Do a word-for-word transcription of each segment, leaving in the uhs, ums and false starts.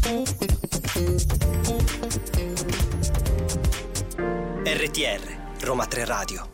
R T R, Roma tre Radio.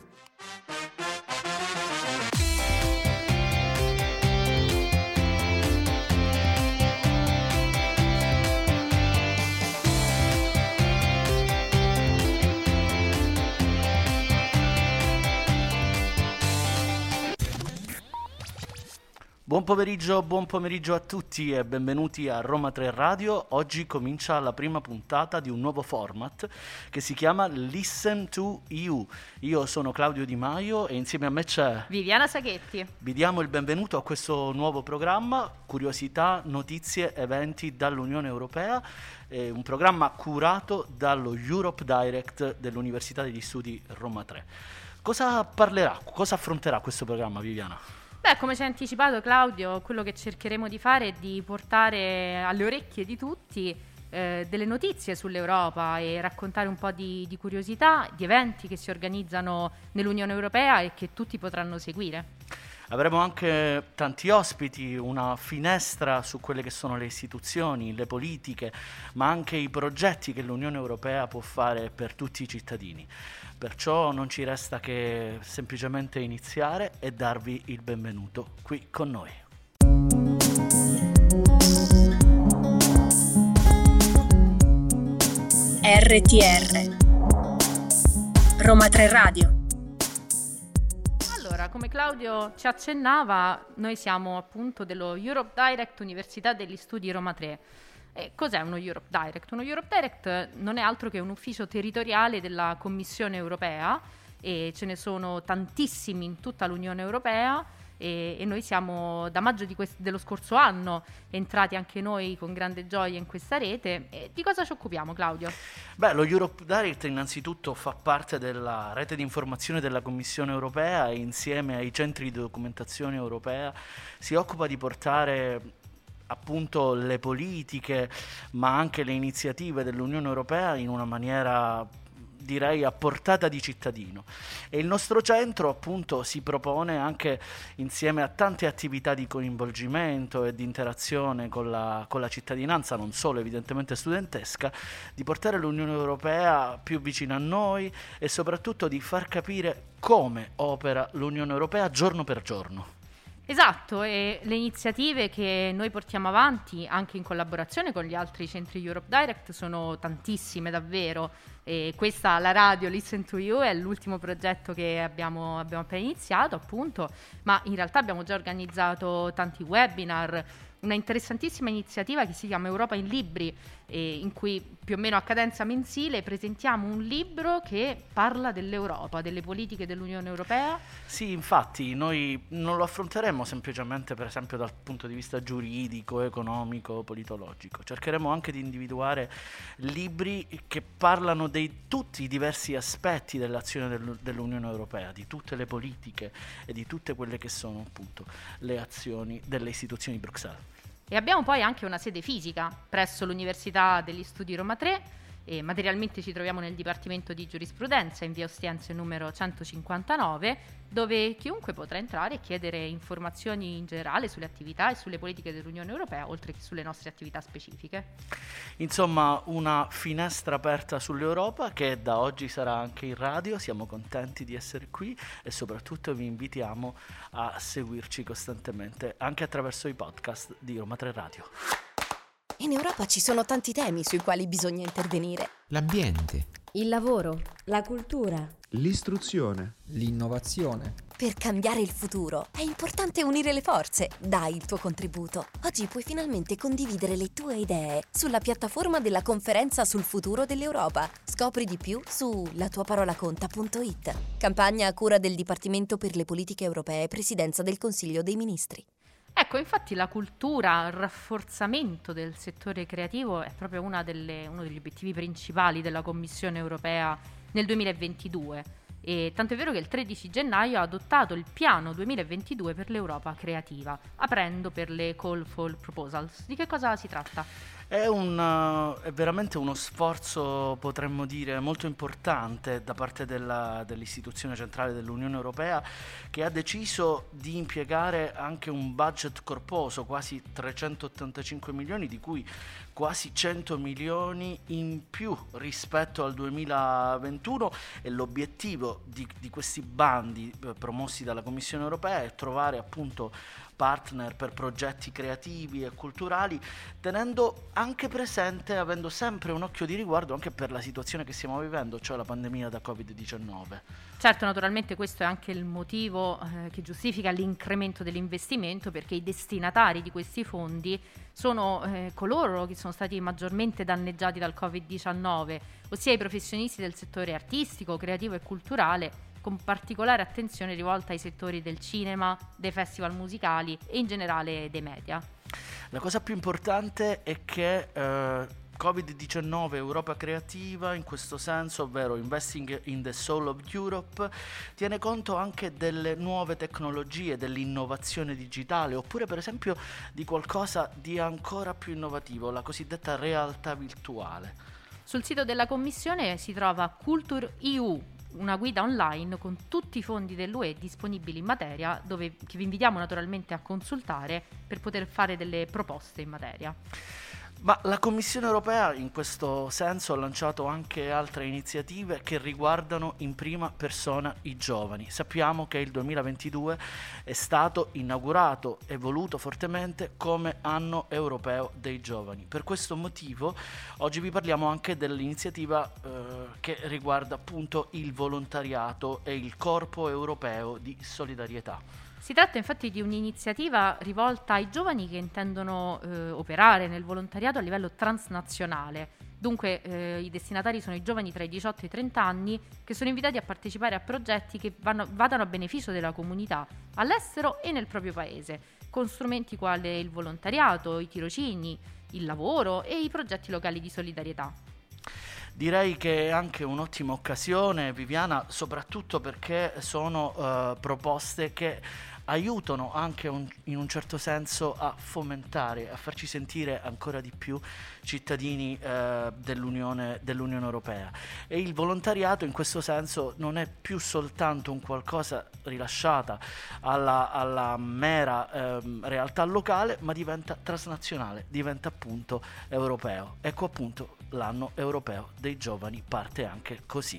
Buon pomeriggio, buon pomeriggio a tutti e benvenuti a Roma tre Radio. Oggi comincia la prima puntata di un nuovo format che si chiama Listen to You. Io sono Claudio Di Maio e insieme a me c'è Viviana Saghetti. Vi diamo il benvenuto a questo nuovo programma, curiosità, notizie, eventi dall'Unione Europea, eh, un programma curato dallo Europe Direct dell'Università degli Studi Roma tre. Cosa parlerà, cosa affronterà questo programma, Viviana? Beh, come ci ha anticipato Claudio, quello che cercheremo di fare è di portare alle orecchie di tutti eh, delle notizie sull'Europa e raccontare un po' di, di curiosità, di eventi che si organizzano nell'Unione Europea e che tutti potranno seguire. Avremo anche tanti ospiti, una finestra su quelle che sono le istituzioni, le politiche, ma anche i progetti che l'Unione Europea può fare per tutti i cittadini. Perciò non ci resta che semplicemente iniziare e darvi il benvenuto qui con noi. R T R Roma tre Radio. Allora, come Claudio ci accennava, noi siamo appunto dello Europe Direct Università degli Studi Roma tre. E cos'è uno Europe Direct? Uno Europe Direct non è altro che un ufficio territoriale della Commissione Europea e ce ne sono tantissimi in tutta l'Unione Europea e, e noi siamo da maggio di quest- dello scorso anno entrati anche noi con grande gioia in questa rete. E di cosa ci occupiamo, Claudio? Beh, lo Europe Direct innanzitutto fa parte della rete di informazione della Commissione Europea e insieme ai centri di documentazione europea si occupa di portare appunto le politiche ma anche le iniziative dell'Unione Europea in una maniera direi a portata di cittadino, e il nostro centro appunto si propone anche insieme a tante attività di coinvolgimento e di interazione con la, con la cittadinanza, non solo evidentemente studentesca, di portare l'Unione Europea più vicino a noi e soprattutto di far capire come opera l'Unione Europea giorno per giorno. Esatto, e le iniziative che noi portiamo avanti anche in collaborazione con gli altri centri Europe Direct sono tantissime davvero. E questa, la radio Listen to You, è l'ultimo progetto che abbiamo, abbiamo appena iniziato appunto, ma in realtà abbiamo già organizzato tanti webinar, una interessantissima iniziativa che si chiama Europa in Libri, eh, in cui più o meno a cadenza mensile presentiamo un libro che parla dell'Europa, delle politiche dell'Unione Europea. Sì, infatti noi non lo affronteremo semplicemente per esempio dal punto di vista giuridico, economico, politologico. Cercheremo anche di individuare libri che parlano di tutti i diversi aspetti dell'azione del, dell'Unione Europea, di tutte le politiche e di tutte quelle che sono appunto le azioni delle istituzioni di Bruxelles. E abbiamo poi anche una sede fisica presso l'Università degli Studi Roma tre. E materialmente ci troviamo nel Dipartimento di Giurisprudenza in via Ostiense numero centocinquantanove, dove chiunque potrà entrare e chiedere informazioni in generale sulle attività e sulle politiche dell'Unione Europea, oltre che sulle nostre attività specifiche. Insomma, una finestra aperta sull'Europa che da oggi sarà anche in radio. Siamo contenti di essere qui e soprattutto vi invitiamo a seguirci costantemente anche attraverso i podcast di Roma tre Radio. In Europa ci sono tanti temi sui quali bisogna intervenire. L'ambiente, il lavoro, la cultura, l'istruzione, l'innovazione. Per cambiare il futuro è importante unire le forze. Dai il tuo contributo. Oggi puoi finalmente condividere le tue idee sulla piattaforma della conferenza sul futuro dell'Europa. Scopri di più su la tua parola conta punto it. Campagna a cura del Dipartimento per le Politiche Europee, Presidenza del Consiglio dei Ministri. Ecco, infatti la cultura, il rafforzamento del settore creativo è proprio una delle, uno degli obiettivi principali della Commissione Europea nel duemilaventidue. E tanto è vero che il tredici gennaio ha adottato il piano duemilaventidue per l'Europa creativa, aprendo per le call for proposals. Di che cosa si tratta? È, un, uh, è veramente uno sforzo, potremmo dire, molto importante da parte della, dell'istituzione centrale dell'Unione Europea, che ha deciso di impiegare anche un budget corposo, quasi trecentottantacinque milioni, di cui quasi cento milioni in più rispetto al duemilaventuno, e l'obiettivo di, di questi bandi eh, promossi dalla Commissione Europea è trovare appunto partner per progetti creativi e culturali, tenendo anche presente, avendo sempre un occhio di riguardo anche per la situazione che stiamo vivendo, cioè la pandemia da covid diciannove. Certo, naturalmente questo è anche il motivo eh, che giustifica l'incremento dell'investimento, perché i destinatari di questi fondi sono eh, coloro che sono stati maggiormente danneggiati dal covid diciannove, ossia i professionisti del settore artistico, creativo e culturale, con particolare attenzione rivolta ai settori del cinema, dei festival musicali e in generale dei media. La cosa più importante è che eh, covid diciannove Europa Creativa, in questo senso, ovvero Investing in the Soul of Europe, tiene conto anche delle nuove tecnologie, dell'innovazione digitale, oppure per esempio di qualcosa di ancora più innovativo, la cosiddetta realtà virtuale. Sul sito della Commissione si trova Culture E U, una guida online con tutti i fondi dell'U E disponibili in materia, dove che vi invitiamo naturalmente a consultare per poter fare delle proposte in materia. Ma la Commissione Europea in questo senso ha lanciato anche altre iniziative che riguardano in prima persona i giovani. Sappiamo che il duemilaventidue è stato inaugurato e voluto fortemente come anno europeo dei giovani. Per questo motivo oggi vi parliamo anche dell'iniziativa eh, che riguarda appunto il volontariato e il Corpo Europeo di Solidarietà. Si tratta infatti di un'iniziativa rivolta ai giovani che intendono eh, operare nel volontariato a livello transnazionale. Dunque eh, i destinatari sono i giovani tra i diciotto e i trenta anni che sono invitati a partecipare a progetti che vanno, vadano a beneficio della comunità all'estero e nel proprio paese, con strumenti quali il volontariato, i tirocini, il lavoro e i progetti locali di solidarietà. Direi che è anche un'ottima occasione, Viviana, soprattutto perché sono uh, proposte che aiutano anche un, in un certo senso a fomentare, a farci sentire ancora di più cittadini eh, dell'Unione, dell'Unione Europea. E il volontariato in questo senso non è più soltanto un qualcosa rilasciata alla, alla mera eh, realtà locale, ma diventa transnazionale, diventa appunto europeo. Ecco appunto l'anno europeo dei giovani parte anche così.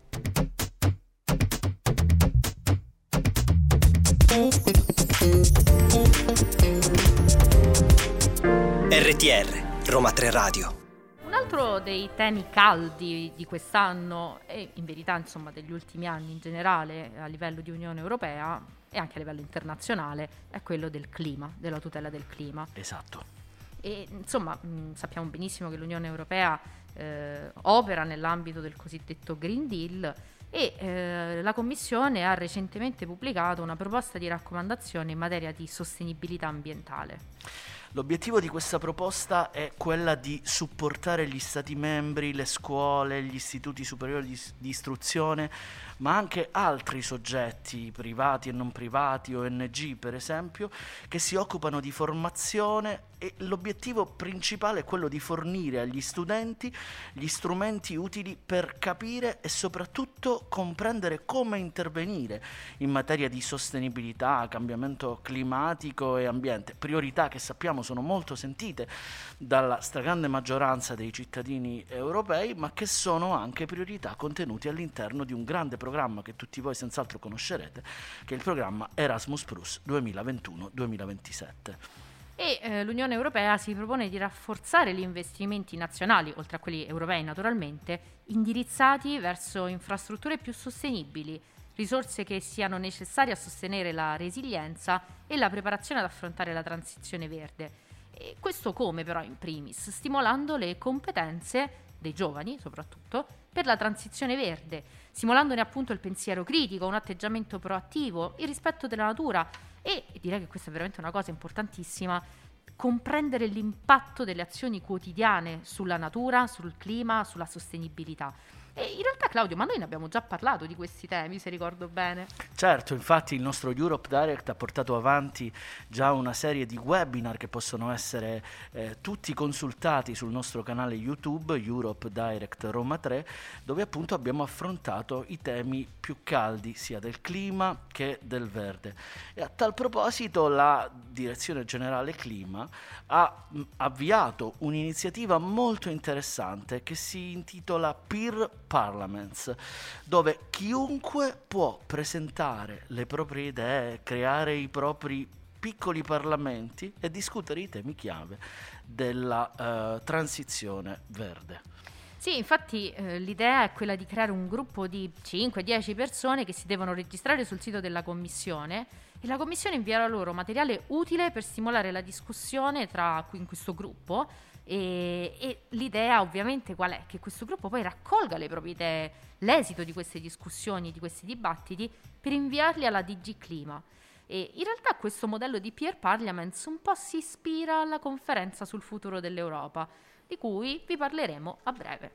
R T R, Roma tre Radio. Un altro dei temi caldi di quest'anno e in verità insomma degli ultimi anni in generale a livello di Unione Europea e anche a livello internazionale è quello del clima, della tutela del clima. Esatto. E insomma mh, sappiamo benissimo che l'Unione Europea eh, opera nell'ambito del cosiddetto Green Deal e eh, la Commissione ha recentemente pubblicato una proposta di raccomandazione in materia di sostenibilità ambientale. L'obiettivo di questa proposta è quella di supportare gli Stati membri, le scuole, gli istituti superiori di, di istruzione, ma anche altri soggetti privati e non privati, O N G per esempio, che si occupano di formazione, e l'obiettivo principale è quello di fornire agli studenti gli strumenti utili per capire e soprattutto comprendere come intervenire in materia di sostenibilità, cambiamento climatico e ambiente, priorità che sappiamo sono molto sentite dalla stragrande maggioranza dei cittadini europei, ma che sono anche priorità contenute all'interno di un grande programma che tutti voi senz'altro conoscerete, che è il programma Erasmus Plus duemilaventuno duemilaventisette. E eh, l'Unione Europea si propone di rafforzare gli investimenti nazionali, oltre a quelli europei naturalmente, indirizzati verso infrastrutture più sostenibili, risorse che siano necessarie a sostenere la resilienza e la preparazione ad affrontare la transizione verde. E questo come però in primis? Stimolando le competenze dei giovani soprattutto per la transizione verde, stimolandone appunto il pensiero critico, un atteggiamento proattivo, il rispetto della natura e direi che questa è veramente una cosa importantissima, comprendere l'impatto delle azioni quotidiane sulla natura, sul clima, sulla sostenibilità. E in realtà, Claudio, ma noi ne abbiamo già parlato di questi temi, se ricordo bene. Certo, infatti il nostro Europe Direct ha portato avanti già una serie di webinar che possono essere eh, tutti consultati sul nostro canale YouTube Europe Direct Roma tre, dove appunto abbiamo affrontato i temi più caldi sia del clima che del verde. E a tal proposito la Direzione Generale Clima ha mh, avviato un'iniziativa molto interessante che si intitola Peer Parliaments, dove chiunque può presentare le proprie idee, creare i propri piccoli parlamenti e discutere i temi chiave della uh, transizione verde. Sì, infatti eh, l'idea è quella di creare un gruppo di cinque dieci persone che si devono registrare sul sito della Commissione e la Commissione invierà loro materiale utile per stimolare la discussione tra in questo gruppo. E, e l'idea ovviamente qual è? Che questo gruppo poi raccolga le proprie idee, l'esito di queste discussioni, di questi dibattiti, per inviarli alla D G Clima. E in realtà questo modello di peer parliaments un po' si ispira alla conferenza sul futuro dell'Europa, di cui vi parleremo a breve.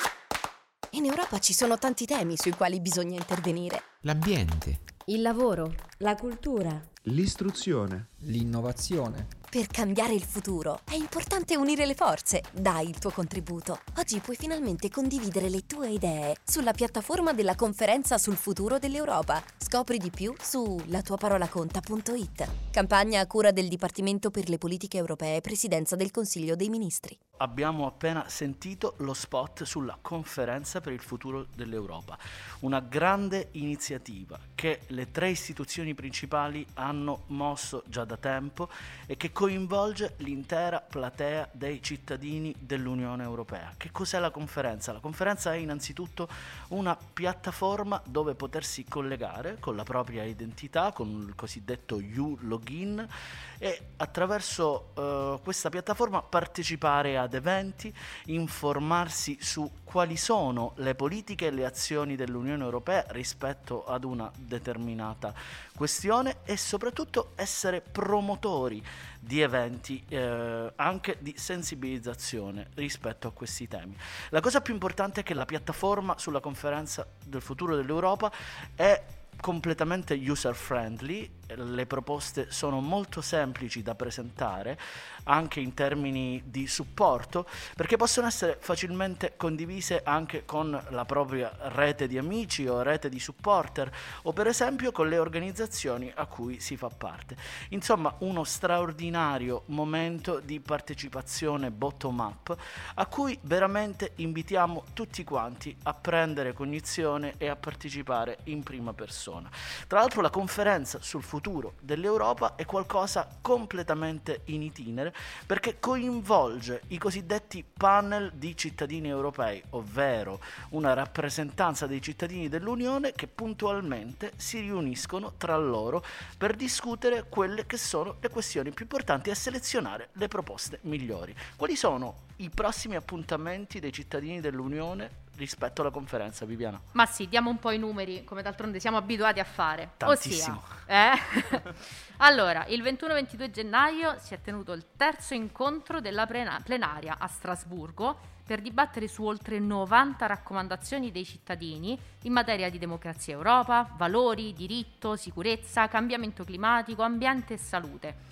In Europa ci sono tanti temi sui quali bisogna intervenire. L'ambiente, Il lavoro, la cultura. L'istruzione. l'innovazione, Per cambiare il futuro è importante unire le forze. Dai il tuo contributo. Oggi puoi finalmente condividere le tue idee sulla piattaforma della conferenza sul futuro dell'Europa. Scopri di più su la tua parola conta punto it. Campagna a cura del Dipartimento per le Politiche Europee, Presidenza del Consiglio dei Ministri. Abbiamo appena sentito lo spot sulla conferenza per il futuro dell'Europa, una grande iniziativa che le tre istituzioni principali hanno mosso già da tempo e che coinvolge l'intera platea dei cittadini dell'Unione Europea. Che cos'è la conferenza? La conferenza è innanzitutto una piattaforma dove potersi collegare con la propria identità, con il cosiddetto U-Login, e attraverso uh, questa piattaforma partecipare ad eventi, informarsi su quali sono le politiche e le azioni dell'Unione Europea rispetto ad una determinata questione e soprattutto essere promotori di eventi eh, anche di sensibilizzazione rispetto a questi temi. La cosa più importante è che la piattaforma sulla conferenza del futuro dell'Europa è completamente user friendly, le proposte sono molto semplici da presentare anche in termini di supporto, perché possono essere facilmente condivise anche con la propria rete di amici o rete di supporter o per esempio con le organizzazioni a cui si fa parte. Insomma, uno straordinario momento di partecipazione bottom up a cui veramente invitiamo tutti quanti a prendere cognizione e a partecipare in prima persona. Tra l'altro la conferenza sul futuro dell'Europa è qualcosa completamente in itinere perché coinvolge i cosiddetti panel di cittadini europei, ovvero una rappresentanza dei cittadini dell'Unione che puntualmente si riuniscono tra loro per discutere quelle che sono le questioni più importanti e selezionare le proposte migliori. Quali sono i prossimi appuntamenti dei cittadini dell'Unione rispetto alla conferenza, Viviana? Ma sì, diamo un po' i numeri, come d'altronde siamo abituati a fare. Tantissimo. Ossia, eh? Allora, il ventuno ventidue gennaio si è tenuto il terzo incontro della plena- plenaria a Strasburgo per dibattere su oltre novanta raccomandazioni dei cittadini in materia di democrazia Europa, valori, diritto, sicurezza, cambiamento climatico, ambiente e salute.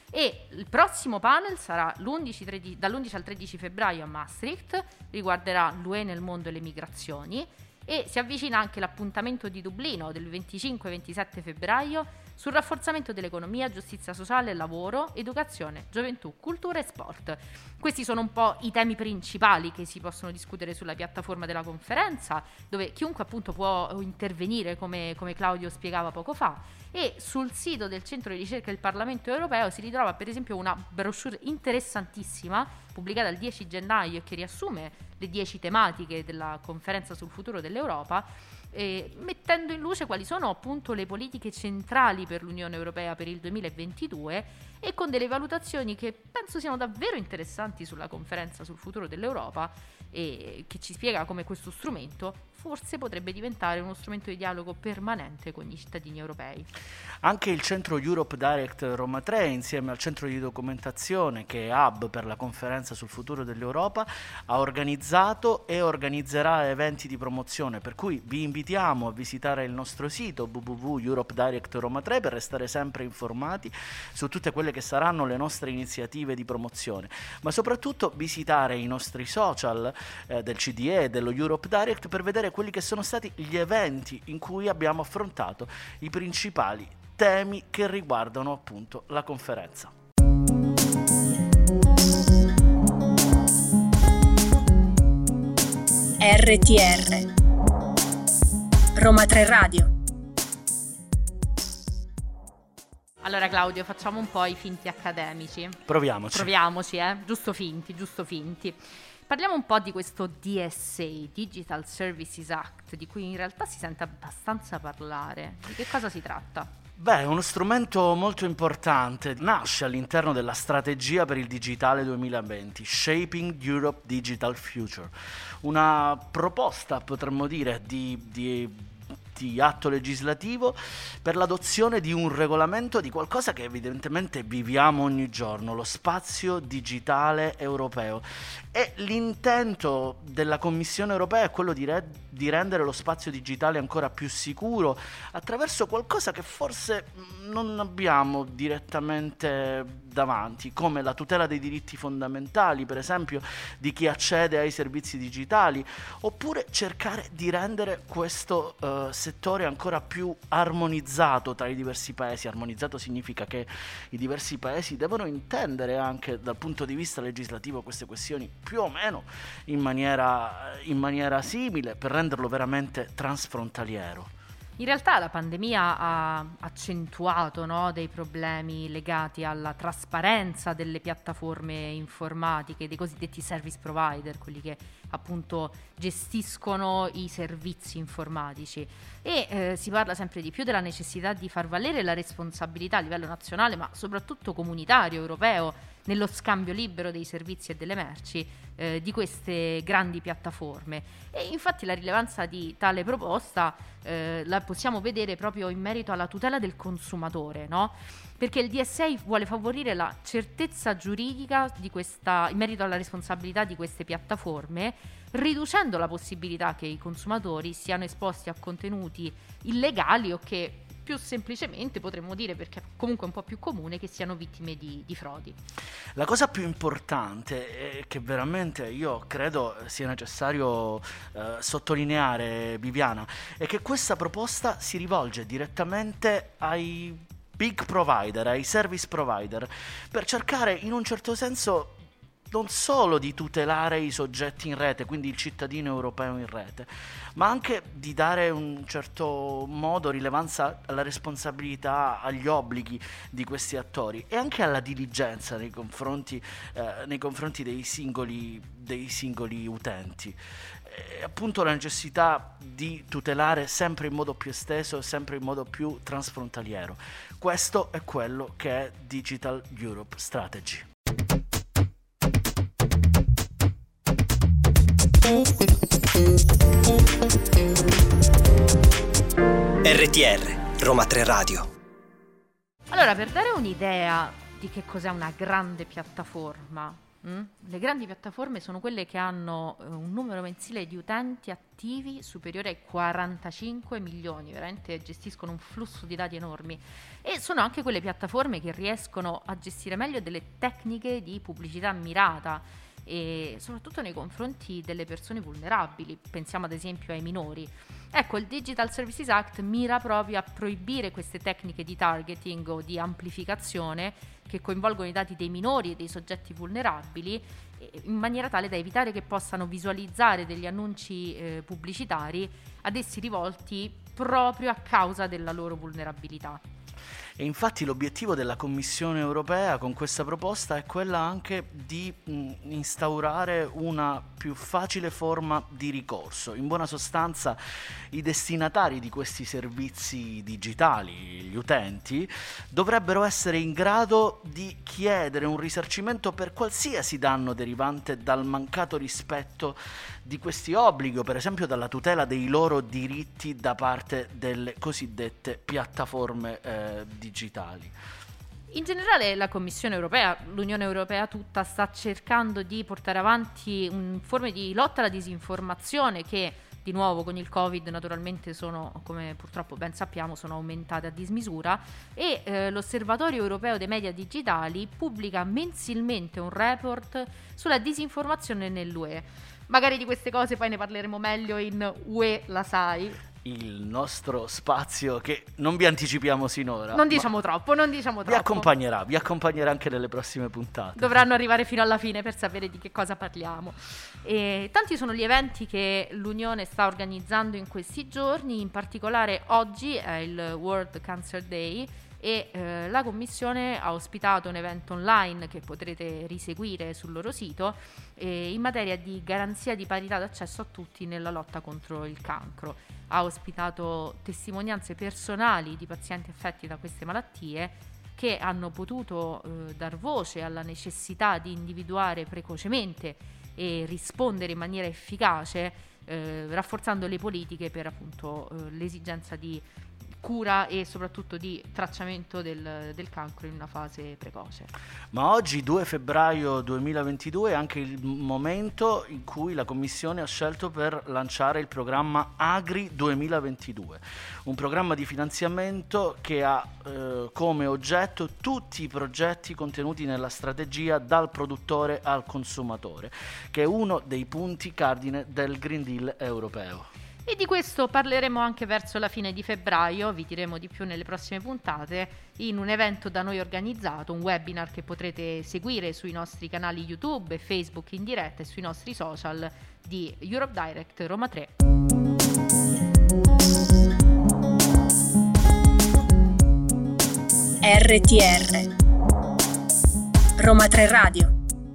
E il prossimo panel sarà l'undici, tredici, dall'undici al tredici febbraio a Maastricht, riguarderà l'U E nel mondo e le migrazioni, e si avvicina anche l'appuntamento di Dublino del venticinque ventisette febbraio sul rafforzamento dell'economia, giustizia sociale, lavoro, educazione, gioventù, cultura e sport. Questi sono un po' i temi principali che si possono discutere sulla piattaforma della conferenza, dove chiunque appunto può intervenire, come, come Claudio spiegava poco fa. E sul sito del Centro di Ricerca del Parlamento Europeo si ritrova per esempio una brochure interessantissima pubblicata il dieci gennaio e che riassume le dieci tematiche della conferenza sul futuro dell'Europa, eh, mettendo in luce quali sono appunto le politiche centrali per l'Unione Europea per il duemilaventidue e con delle valutazioni che penso siano davvero interessanti sulla conferenza sul futuro dell'Europa, e che ci spiega come questo strumento forse potrebbe diventare uno strumento di dialogo permanente con gli cittadini europei. Anche il centro Europe Direct Roma tre, insieme al centro di documentazione che è hub per la conferenza sul futuro dell'Europa, ha organizzato e organizzerà eventi di promozione, per cui vi invitiamo a visitare il nostro sito w w w punto europe direct roma tre per restare sempre informati su tutte quelle che saranno le nostre iniziative di promozione, ma soprattutto visitare i nostri social eh, del C D E e dello Europe Direct per vedere quelli che sono stati gli eventi in cui abbiamo affrontato i principali temi che riguardano appunto la conferenza. R T R Roma tre Radio. Allora Claudio, facciamo un po' i finti accademici. Proviamoci. Proviamoci, eh? Giusto finti, giusto finti. Parliamo un po' di questo D S A, Digital Services Act, di cui in realtà si sente abbastanza parlare. Di che cosa si tratta? Beh, è uno strumento molto importante, nasce all'interno della strategia per il digitale duemilaventi, Shaping Europe Digital Future, una proposta, potremmo dire, di, di di atto legislativo per l'adozione di un regolamento di qualcosa che evidentemente viviamo ogni giorno, lo spazio digitale europeo. E l'intento della Commissione europea è quello di, re- di rendere lo spazio digitale ancora più sicuro attraverso qualcosa che forse non abbiamo direttamente davanti, come la tutela dei diritti fondamentali, per esempio, di chi accede ai servizi digitali, oppure cercare di rendere questo uh, settore ancora più armonizzato tra i diversi paesi. Armonizzato significa che i diversi paesi devono intendere anche dal punto di vista legislativo queste questioni più o meno in maniera, in maniera simile, per renderlo veramente transfrontaliero. In realtà la pandemia ha accentuato, no, dei problemi legati alla trasparenza delle piattaforme informatiche, dei cosiddetti service provider, quelli che appunto gestiscono i servizi informatici, e eh, si parla sempre di più della necessità di far valere la responsabilità a livello nazionale, ma soprattutto comunitario, europeo, nello scambio libero dei servizi e delle merci eh, di queste grandi piattaforme. E infatti la rilevanza di tale proposta eh, la possiamo vedere proprio in merito alla tutela del consumatore, no? Perché il D S A vuole favorire la certezza giuridica di questa, in merito alla responsabilità di queste piattaforme, riducendo la possibilità che i consumatori siano esposti a contenuti illegali o che, più semplicemente potremmo dire, perché è comunque un po' più comune, che siano vittime di, di frodi. La cosa più importante è che veramente io credo sia necessario eh, sottolineare, Viviana, è che questa proposta si rivolge direttamente ai big provider, ai service provider, per cercare in un certo senso non solo di tutelare i soggetti in rete, quindi il cittadino europeo in rete, ma anche di dare un certo modo rilevanza alla responsabilità, agli obblighi di questi attori e anche alla diligenza nei confronti, eh, nei confronti dei singoli, dei singoli utenti. E appunto la necessità di tutelare sempre in modo più esteso, sempre in modo più transfrontaliero. Questo è quello che è Digital Europe Strategy. R T R Roma tre Radio. Allora, per dare un'idea di che cos'è una grande piattaforma, mh? le grandi piattaforme sono quelle che hanno eh, un numero mensile di utenti attivi superiore ai quarantacinque milioni, veramente gestiscono un flusso di dati enormi, e sono anche quelle piattaforme che riescono a gestire meglio delle tecniche di pubblicità mirata, e soprattutto nei confronti delle persone vulnerabili. Pensiamo ad esempio ai minori. Ecco, il Digital Services Act mira proprio a proibire queste tecniche di targeting o di amplificazione che coinvolgono i dati dei minori e dei soggetti vulnerabili, in maniera tale da evitare che possano visualizzare degli annunci eh, pubblicitari ad essi rivolti proprio a causa della loro vulnerabilità. E infatti l'obiettivo della Commissione europea con questa proposta è quella anche di mh, instaurare una più facile forma di ricorso. In buona sostanza, i destinatari di questi servizi digitali, gli utenti, dovrebbero essere in grado di chiedere un risarcimento per qualsiasi danno derivante dal mancato rispetto di questi obblighi, per esempio dalla tutela dei loro diritti da parte delle cosiddette piattaforme eh, digitali. In generale la Commissione europea, l'Unione europea tutta, sta cercando di portare avanti un, forme di lotta alla disinformazione che, di nuovo, con il Covid naturalmente sono, come purtroppo ben sappiamo, sono aumentate a dismisura, e eh, l'Osservatorio europeo dei media digitali pubblica mensilmente un report sulla disinformazione nell'U E. Magari di queste cose poi ne parleremo meglio in U E La Sai, il nostro spazio che non vi anticipiamo sinora. Non diciamo troppo, non diciamo vi troppo. accompagnerà, vi accompagnerà anche nelle prossime puntate. Dovranno arrivare fino alla fine per sapere di che cosa parliamo. E tanti sono gli eventi che l'Unione sta organizzando in questi giorni, in particolare oggi è il World Cancer Day e eh, la Commissione ha ospitato un evento online che potrete riseguire sul loro sito eh, in materia di garanzia di parità d'accesso a tutti nella lotta contro il cancro. Ha ospitato testimonianze personali di pazienti affetti da queste malattie che hanno potuto eh, dar voce alla necessità di individuare precocemente e rispondere in maniera efficace, eh, rafforzando le politiche per appunto eh, l'esigenza di cura e soprattutto di tracciamento del, del cancro in una fase precoce. Ma oggi, due febbraio duemilaventidue, è anche il momento in cui la Commissione ha scelto per lanciare il programma Agri duemilaventidue, un programma di finanziamento che ha eh, come oggetto tutti i progetti contenuti nella strategia dal produttore al consumatore, che è uno dei punti cardine del Green Deal europeo. E di questo parleremo anche verso la fine di febbraio, vi diremo di più nelle prossime puntate, in un evento da noi organizzato, un webinar che potrete seguire sui nostri canali YouTube e Facebook in diretta e sui nostri social di Europe Direct Roma tre. R T R Roma tre Radio.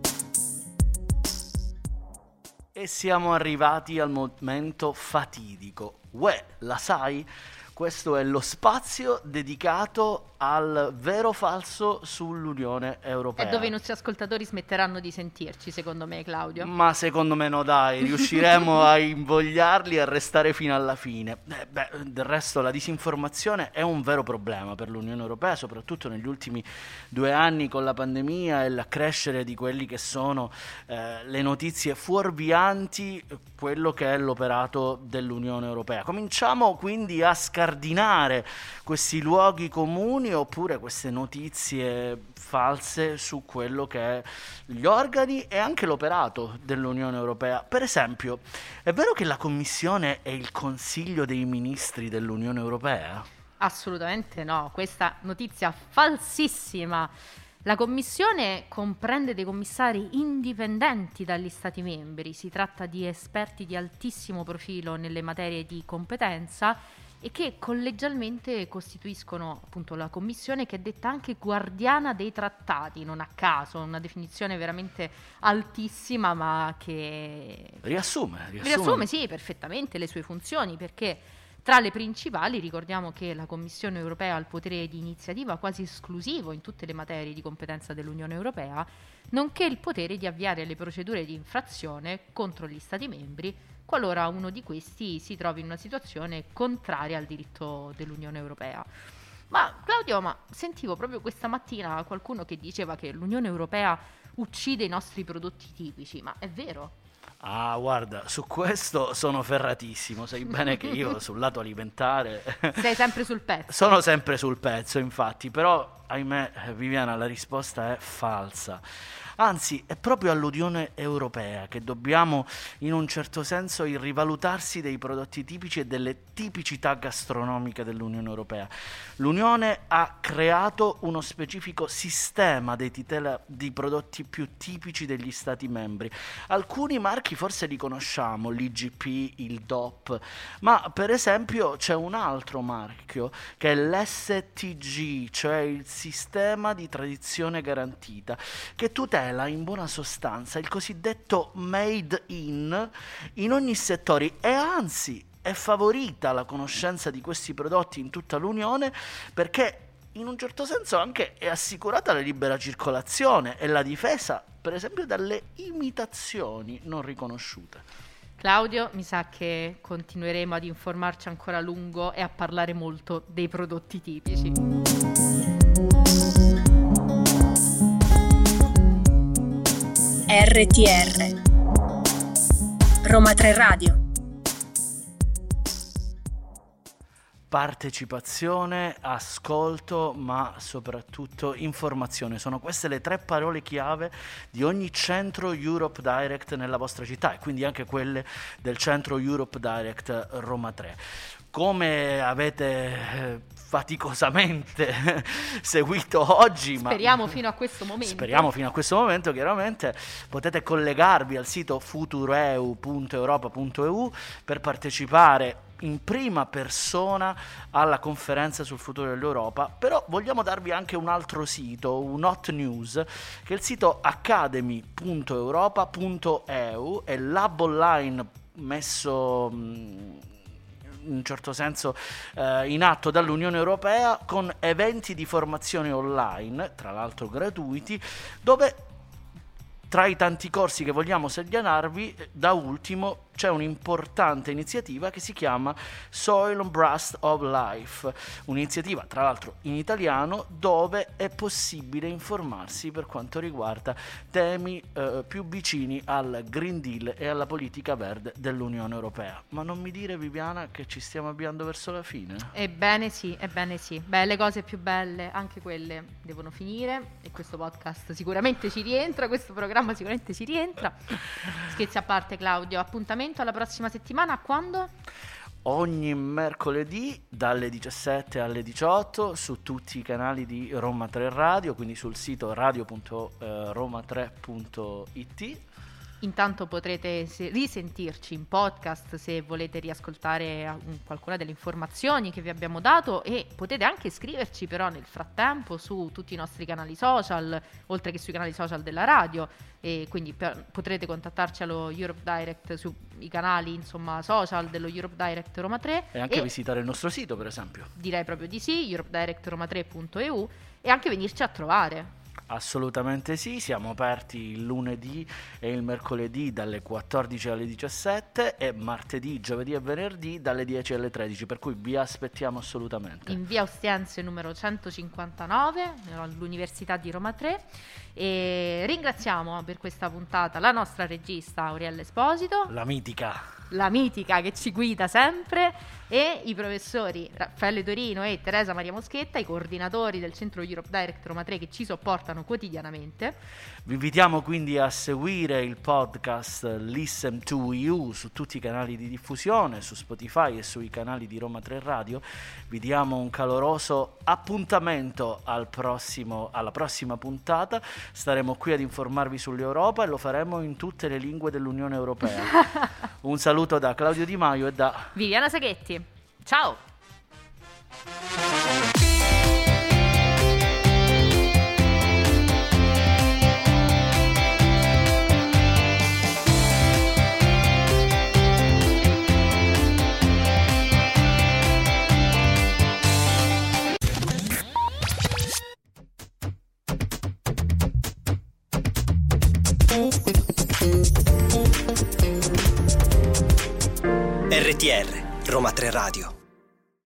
E siamo arrivati al momento fatidico. Uè, la sai? Questo è lo spazio dedicato al vero o falso sull'Unione Europea. È dove i nostri ascoltatori smetteranno di sentirci, secondo me, Claudio. Ma secondo me no, dai, riusciremo a invogliarli a restare fino alla fine. Eh, beh, del resto la disinformazione è un vero problema per l'Unione Europea, soprattutto negli ultimi due anni con la pandemia e l'accrescere di quelli che sono eh, le notizie fuorvianti, quello che è l'operato dell'Unione Europea. Cominciamo quindi a scardinare questi luoghi comuni oppure queste notizie false su quello che è gli organi e anche l'operato dell'Unione Europea. Per esempio, è vero che la Commissione è il Consiglio dei Ministri dell'Unione Europea? Assolutamente no, questa notizia falsissima. La Commissione comprende dei commissari indipendenti dagli Stati membri, si tratta di esperti di altissimo profilo nelle materie di competenza e che collegialmente costituiscono appunto la Commissione, che è detta anche guardiana dei trattati, non a caso, una definizione veramente altissima, ma che riassume, riassume. riassume sì, perfettamente le sue funzioni, perché tra le principali ricordiamo che la Commissione europea ha il potere di iniziativa quasi esclusivo in tutte le materie di competenza dell'Unione Europea, nonché il potere di avviare le procedure di infrazione contro gli Stati membri qualora uno di questi si trovi in una situazione contraria al diritto dell'Unione Europea. Ma Claudio, ma sentivo proprio questa mattina qualcuno che diceva che l'Unione Europea uccide i nostri prodotti tipici, ma è vero? Ah, guarda, su questo sono ferratissimo, sai bene che io sul lato alimentare sei sempre sul pezzo. Sono sempre sul pezzo, infatti, però ahimè, Viviana, la risposta è falsa. Anzi, è proprio all'Unione Europea che dobbiamo in un certo senso il rivalutarsi dei prodotti tipici e delle tipicità gastronomiche dell'Unione Europea. L'Unione ha creato uno specifico sistema dei, titela, di prodotti più tipici degli Stati membri. Alcuni marchi forse li conosciamo, l'I G P, il D O P, ma per esempio c'è un altro marchio che è l'S T G, cioè il sistema di tradizione garantita, che tutela in buona sostanza il cosiddetto made in in ogni settore e anzi è favorita la conoscenza di questi prodotti in tutta l'Unione, perché in un certo senso anche è assicurata la libera circolazione e la difesa, per esempio, dalle imitazioni non riconosciute. Claudio, mi sa che continueremo ad informarci ancora a lungo e a parlare molto dei prodotti tipici. R T R Roma tre Radio. Partecipazione, ascolto, ma soprattutto informazione. Sono queste le tre parole chiave di ogni centro Europe Direct nella vostra città e quindi anche quelle del centro Europe Direct Roma tre. Come avete eh, faticosamente seguito oggi, speriamo ma fino a questo momento. Speriamo fino a questo momento, chiaramente potete collegarvi al sito futureu punto europa punto e u per partecipare in prima persona alla conferenza sul futuro dell'Europa. Però vogliamo darvi anche un altro sito, un hot news, che è il sito academy punto europa punto e u, è l'hub online messo mh, in un certo senso eh, in atto dall'Unione Europea, con eventi di formazione online, tra l'altro gratuiti, dove tra i tanti corsi che vogliamo segnalarvi, da ultimo c'è un'importante iniziativa che si chiama Soil and Blast of Life, un'iniziativa tra l'altro in italiano dove è possibile informarsi per quanto riguarda temi eh, più vicini al Green Deal e alla politica verde dell'Unione Europea. Ma non mi dire, Viviana, che ci stiamo avviando verso la fine? Ebbene sì, ebbene sì. Beh, le cose più belle, anche quelle, devono finire e questo podcast sicuramente ci rientra, questo programma sicuramente ci rientra. Scherzi a parte, Claudio, appuntamento alla prossima settimana, quando? Ogni mercoledì dalle diciassette alle diciotto su tutti i canali di Roma tre Radio, quindi sul sito radio punto roma tre punto it. Intanto potrete risentirci in podcast se volete riascoltare qualcuna delle informazioni che vi abbiamo dato, e potete anche scriverci però nel frattempo su tutti i nostri canali social, oltre che sui canali social della radio, e quindi per, potrete contattarci allo Europe Direct sui canali insomma social dello Europe Direct Roma tre e anche e visitare il nostro sito, per esempio. Direi proprio di sì, europe direct roma tre punto e u, e anche venirci a trovare. Assolutamente sì, siamo aperti il lunedì e il mercoledì dalle quattordici alle diciassette e martedì, giovedì e venerdì dalle dieci alle tredici, per cui vi aspettiamo assolutamente. In via Ostiense numero centocinquantanove all'Università di Roma tre, e ringraziamo per questa puntata la nostra regista Auriella Esposito, la mitica la mitica che ci guida sempre, e i professori Raffaele Torino e Teresa Maria Moschetta, i coordinatori del centro Europe Direct Roma tre che ci sopportano quotidianamente. Vi invitiamo quindi a seguire il podcast Listen to You su tutti i canali di diffusione, su Spotify e sui canali di Roma tre Radio. Vi diamo un caloroso appuntamento al prossimo, alla prossima puntata. Staremo qui ad informarvi sull'Europa e lo faremo in tutte le lingue dell'Unione Europea. Un saluto da Claudio Di Maio e da Viviana Saghetti. Ciao! R T R Roma tre Radio.